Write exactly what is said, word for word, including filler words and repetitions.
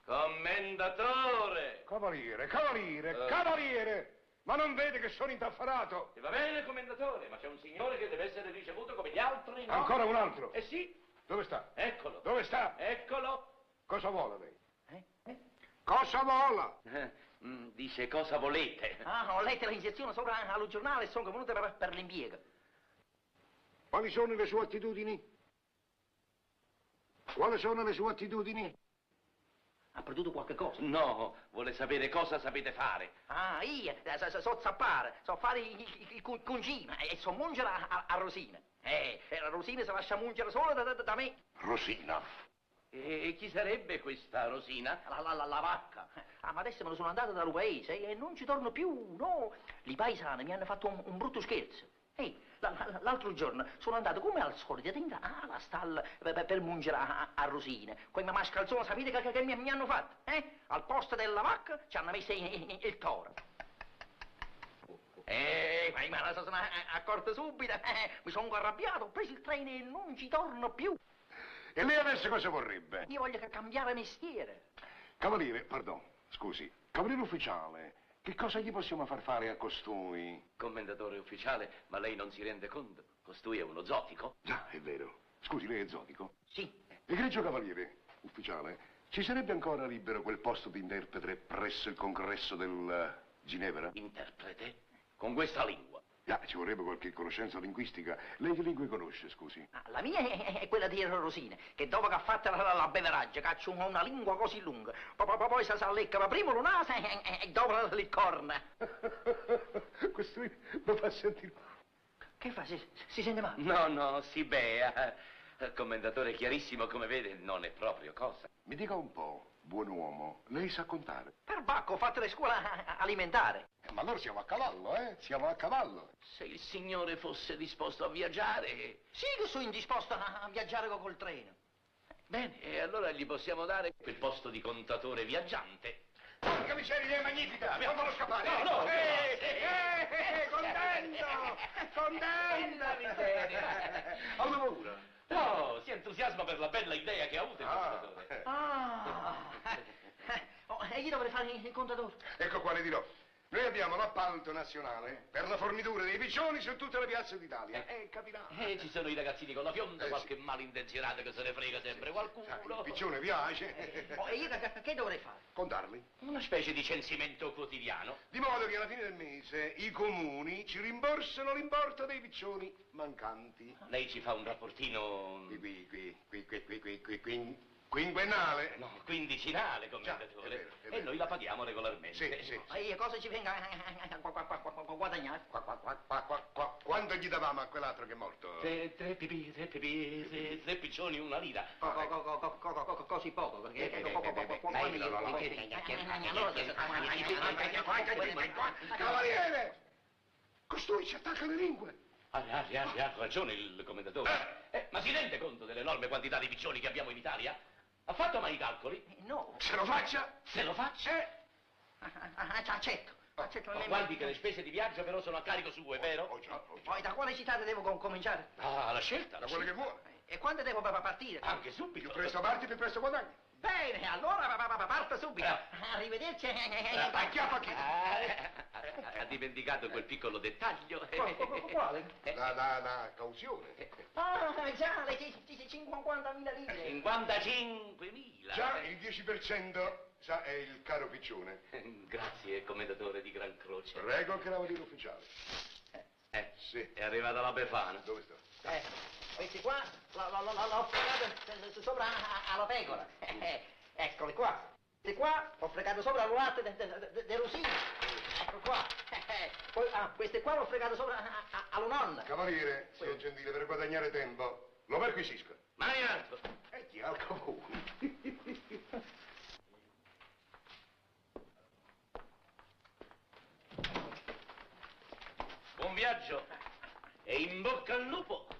Commendatore! Cavaliere, cavaliere, uh. cavaliere! Ma non vede che sono intaffarato? E va bene, commendatore, ma c'è un signore che deve essere ricevuto come gli altri, no? Ancora un altro? Eh sì. Dove sta? Eccolo. Dove sta? Eccolo. Cosa vuole lei? Eh? Eh? Cosa vuole? Eh, mm, dice cosa volete. Ah, ho letto l'iniezione sopra allo giornale e sono venuto per, per l'impiego. Quali sono le sue attitudini? Quali sono le sue attitudini? Ha perduto qualche cosa? No, vuole sapere cosa sapete fare. Ah, io eh, so, so, so zappare, so fare il, il, il cungino e so mungere a, a, a Rosina. Eh, e la Rosina si lascia mungere solo da, da, da me. Rosina. E chi sarebbe questa Rosina? La, la, la, la vacca. Ah, ma adesso me ne sono andato dal paese e non ci torno più, no. I paesani mi hanno fatto un, un brutto scherzo. Ehi, l'altro giorno sono andato come al solito dentro alla stalla per, per mungere a, a Rosina. Quei mascalzoni, sapete che, che mi, mi hanno fatto? Eh? Al posto della vacca ci hanno messo il, il toro. Eh, ma me la sono accorta subito, eh, mi sono arrabbiato, ho preso il treno e non ci torno più. E lei adesso cosa vorrebbe? Io voglio cambiare mestiere. Cavaliere, pardon, scusi, cavaliere ufficiale, che cosa gli possiamo far fare a costui? Commendatore ufficiale, ma lei non si rende conto? Costui è uno zotico? Già, è vero. Scusi, lei è zotico? Sì. Egregio cavaliere ufficiale, ci sarebbe ancora libero quel posto di interprete presso il congresso del uh, Ginevra? Interprete? Con questa lingua? Ah, ci vorrebbe qualche conoscenza linguistica. Lei che lingue conosce, scusi? Ah, la mia è, è quella di Rosina, che dopo che ha fatto la, la, la beveraggia, caccia una, una lingua così lunga, poi, poi, poi si allecca prima lo naso e, e, e dopo le corna. Questo mi fa sentire... Che fa? Si, si sente male? No, no, si bea. Il commendatore chiarissimo, come vede, non è proprio cosa. Mi dica un po', buon uomo, lei sa contare? Per bacco, ho fatto le scuole alimentari. Eh, ma allora siamo a cavallo, eh? Siamo a cavallo. Se il signore fosse disposto a viaggiare... Sì che sono indisposto a, a viaggiare col treno. Bene, e allora gli possiamo dare quel posto di contatore viaggiante. Porca miseria, è magnifica! Fammelo scappare! No, no! Eh, eh, eh, contento! Contento! Avevo paura. No, si entusiasma per la bella idea che ha avuto il commendatore. Ah! Oh, e io dovrei fare il contatore? Ecco qua, le dirò. Noi abbiamo l'appalto nazionale per la fornitura dei piccioni su tutte le piazze d'Italia. Eh, capirà. Eh, ci sono i ragazzini con la fionda, Eh, qualche sì. malintenzionato che se ne frega sempre qualcuno. Sai, il piccione piace. Oh, e io che, che dovrei fare? Contarli. Una specie di censimento quotidiano. Di modo che alla fine del mese i comuni ci rimborsano l'importo dei piccioni mancanti. Lei ci fa un rapportino... Qui, qui, qui, qui, qui, qui, qui, qui, qui, quinquennale. No, quindicinale, commendatore. Già, è vero, è E vero. noi la paghiamo regolarmente. Sì, sì. E io cosa ci venga a guadagnare? Qua, qua, qua, qua, qua, qua. Quanto gli davamo a quell'altro che è morto? Tre, tre pipì, tre pipì, tre, tre piccioni, una lira. Così poco, perché... Cavaliere! Costui ci attacca le lingue. Ha, ha, ha, ha ragione il commendatore. Eh, ma si rende conto dell'enorme quantità di piccioni che abbiamo in Italia? Ha fatto mai i calcoli? No. Se lo faccia? Se lo faccia? Eh? Accetto. Accetto. Ma guardi che le spese di viaggio però sono a carico suo, è vero? Oh, già, oh, già. Poi da quale città devo com- cominciare? Ah, la scelta. Da la quello che scelta. vuole. E quando devo pa- partire? Anche subito. Più presto parti, più presto guadagni. Bene, allora pa- pa- parto subito. Eh. Arrivederci. Acchiappa chi? Ah, ha dimenticato quel piccolo dettaglio. Quale? La, la, la cauzione. Ah, già, le c- c- cinquantamila lire. cinquantacinquemila. Già il dieci per cento sa, è il caro piccione. Grazie, commendatore di Gran Croce. Prego, cavaliere ufficiale. Eh, Sì. è arrivata la Befana. Dove sta? Eh, questi qua l'ho la, la, la, l'ho fregato sopra a- alla pecora. Eh, eccoli qua. Questi qua ho fregato sopra al latte de Rosina. Ecco qua. Eh, poi, ah, queste qua l'ho fregato sopra a- a- alla nonna. Cavaliere, sia gentile per guadagnare tempo. Lo perquisisco. Mai alto. E chi ha il comune? Buon viaggio e in bocca al lupo.